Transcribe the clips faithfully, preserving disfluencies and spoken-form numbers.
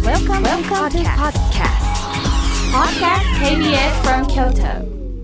Welcome, Welcome to podcast. Podcast ケービーエス from Kyoto.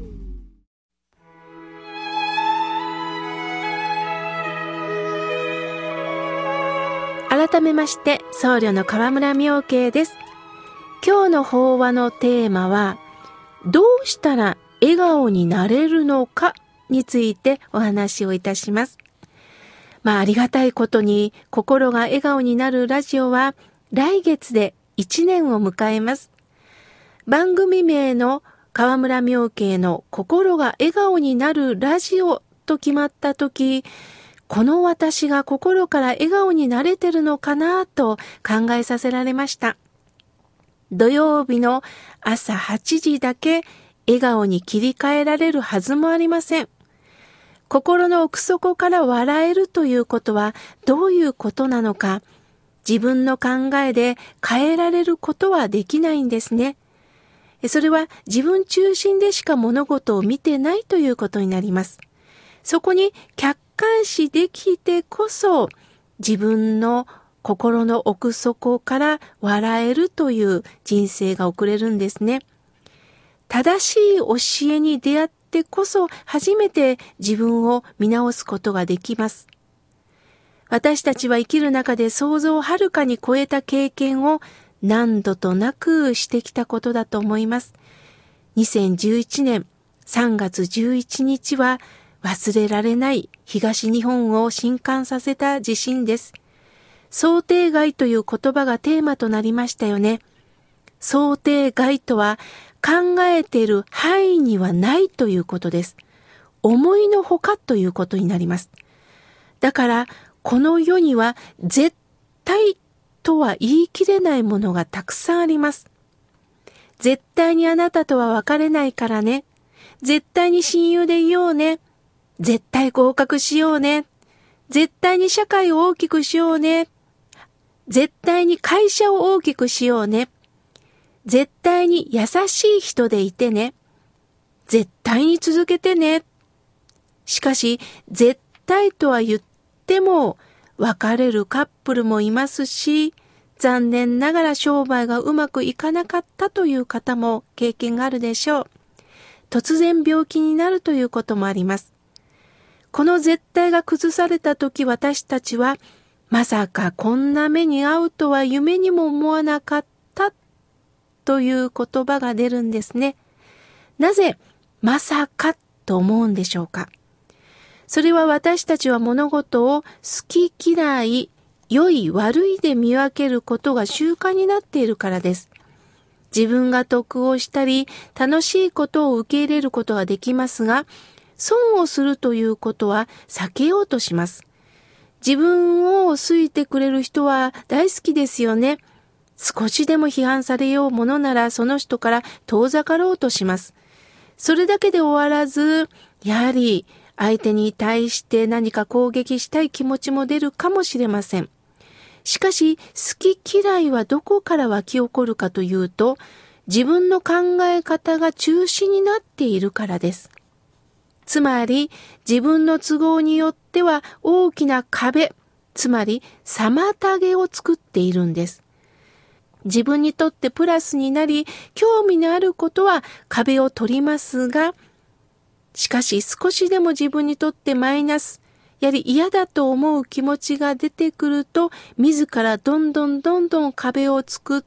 改めまして僧侶の河村妙慶です。今日の法話のテーマは、どうしたら笑顔になれるのかについてお話をいたします。まあ、ありがたいことに心が笑顔になるラジオは来月でいちねんを迎えます。番組名の河村妙慶の心が笑顔になるラジオと決まったとき、この私が心から笑顔になれてるのかなと考えさせられました。土曜日の朝はちじだけ笑顔に切り替えられるはずもありません。心の奥底から笑えるということはどういうことなのか、自分の考えで変えられることはできないんですね。それは自分中心でしか物事を見てないということになります。そこに客観視できてこそ、自分の心の奥底から笑えるという人生が送れるんですね。正しい教えに出会ってこそ初めて自分を見直すことができます。私たちは生きる中で想像をはるかに超えた経験を何度となくしてきたことだと思います。にせんじゅういちねんさんがつじゅういちにちは忘れられない東日本を震撼させた地震です。想定外という言葉がテーマとなりましたよね。想定外とは考えている範囲にはないということです。思いのほかということになります。だからこの世には絶対とは言い切れないものがたくさんあります。絶対にあなたとは別れないからね。絶対に親友でいようね。絶対合格しようね。絶対に社会を大きくしようね。絶対に会社を大きくしようね。絶対に優しい人でいてね。絶対に続けてね。しかし、絶対とは言っても、別れるカップルもいますし、残念ながら商売がうまくいかなかったという方も経験があるでしょう。突然病気になるということもあります。この絶対が崩されたとき、私たちは、まさかこんな目に遭うとは夢にも思わなかったという言葉が出るんですね。なぜまさかと思うんでしょうか。それは私たちは物事を好き嫌い、良い悪いで見分けることが習慣になっているからです。自分が得をしたり、楽しいことを受け入れることができますが、損をするということは避けようとします。自分を好いてくれる人は大好きですよね。少しでも批判されようものならその人から遠ざかろうとします。それだけで終わらず、やはり相手に対して何か攻撃したい気持ちも出るかもしれません。しかし、好き嫌いはどこから湧き起こるかというと、自分の考え方が中心になっているからです。つまり、自分の都合によっては大きな壁、つまり妨げを作っているんです。自分にとってプラスになり、興味のあることは壁を取りますが、しかし少しでも自分にとってマイナス、やはり嫌だと思う気持ちが出てくると、自らどんどんどんどん壁を作って、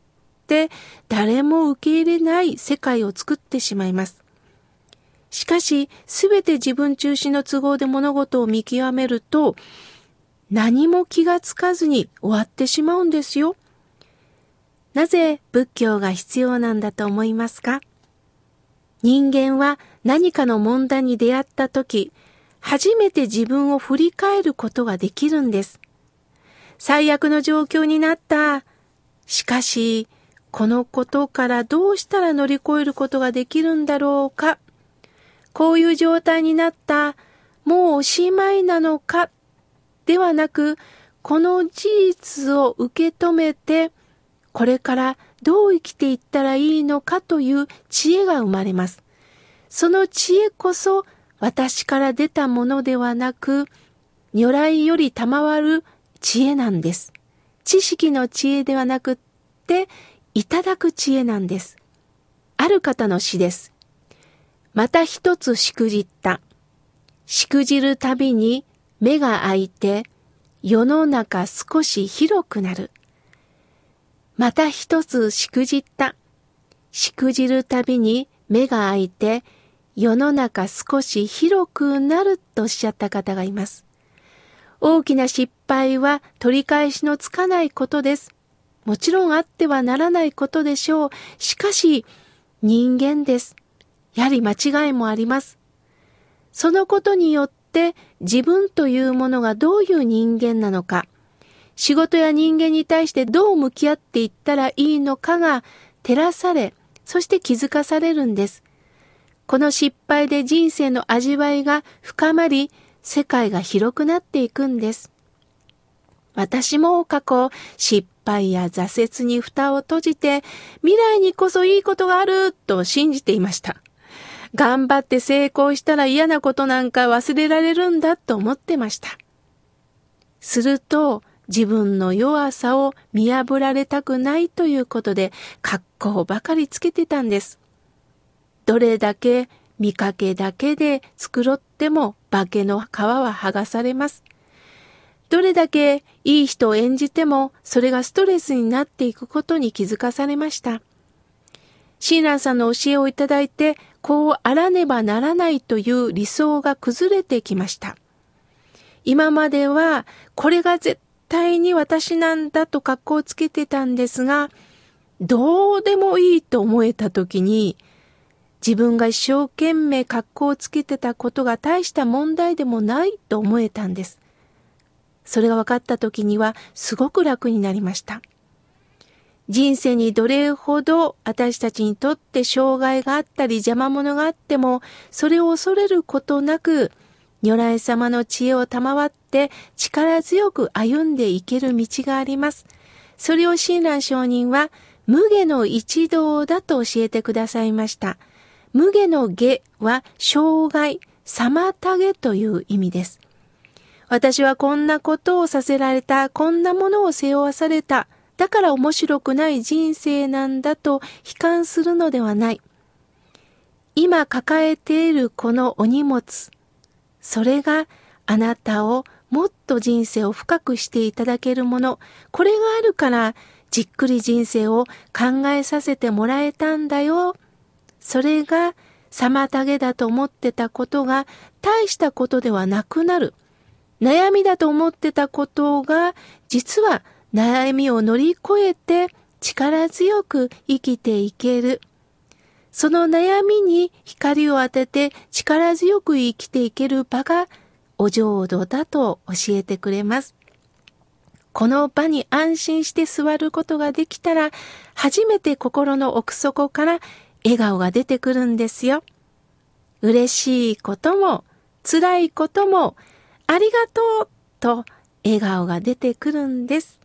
誰も受け入れない世界を作ってしまいます。しかし、すべて自分中心の都合で物事を見極めると、何も気がつかずに終わってしまうんですよ。なぜ仏教が必要なんだと思いますか？人間は何かの問題に出会ったとき、初めて自分を振り返ることができるんです。最悪の状況になった。しかし、このことからどうしたら乗り越えることができるんだろうか。こういう状態になった。もうおしまいなのか。ではなく、この事実を受け止めて、これからどう生きていったらいいのかという知恵が生まれます。その知恵こそ私から出たものではなく、如来より賜る知恵なんです。知識の知恵ではなくっていただく知恵なんです。ある方の詩です。また一つしくじった。しくじるたびに目が開いて世の中少し広くなる。また一つしくじった。しくじるたびに目が開いて世の中少し広くなるとおっしゃった方がいます。大きな失敗は取り返しのつかないことです。もちろんあってはならないことでしょう。しかし人間です。やはり間違いもあります。そのことによって自分というものがどういう人間なのか、仕事や人間に対してどう向き合っていったらいいのかが照らされ、そして気づかされるんです。この失敗で人生の味わいが深まり、世界が広くなっていくんです。私も過去、失敗や挫折に蓋を閉じて、未来にこそいいことがあると信じていました。頑張って成功したら嫌なことなんか忘れられるんだと思ってました。すると、自分の弱さを見破られたくないということで、格好ばかりつけてたんです。どれだけ見かけだけで繕っても化けの皮は剥がされます。どれだけいい人を演じてもそれがストレスになっていくことに気づかされました。親鸞さんの教えをいただいて、こうあらねばならないという理想が崩れてきました。今まではこれが絶対に私なんだと格好をつけてたんですが、どうでもいいと思えた時に、自分が一生懸命格好をつけてたことが大した問題でもないと思えたんです。それが分かった時にはすごく楽になりました。人生にどれほど私たちにとって障害があったり邪魔者があっても、それを恐れることなく、如来様の知恵を賜って力強く歩んでいける道があります。それを親鸞上人は無下の一道だと教えてくださいました。無下の下は障害、妨げという意味です。私はこんなことをさせられた、こんなものを背負わされた、だから面白くない人生なんだと悲観するのではない。今抱えているこのお荷物、それがあなたをもっと人生を深くしていただけるもの、これがあるからじっくり人生を考えさせてもらえたんだよ。それが妨げだと思ってたことが大したことではなくなる。悩みだと思ってたことが実は悩みを乗り越えて力強く生きていける。その悩みに光を当てて力強く生きていける場がお浄土だと教えてくれます。この場に安心して座ることができたら、初めて心の奥底から笑顔が出てくるんですよ。嬉しいことも辛いこともありがとうと笑顔が出てくるんです。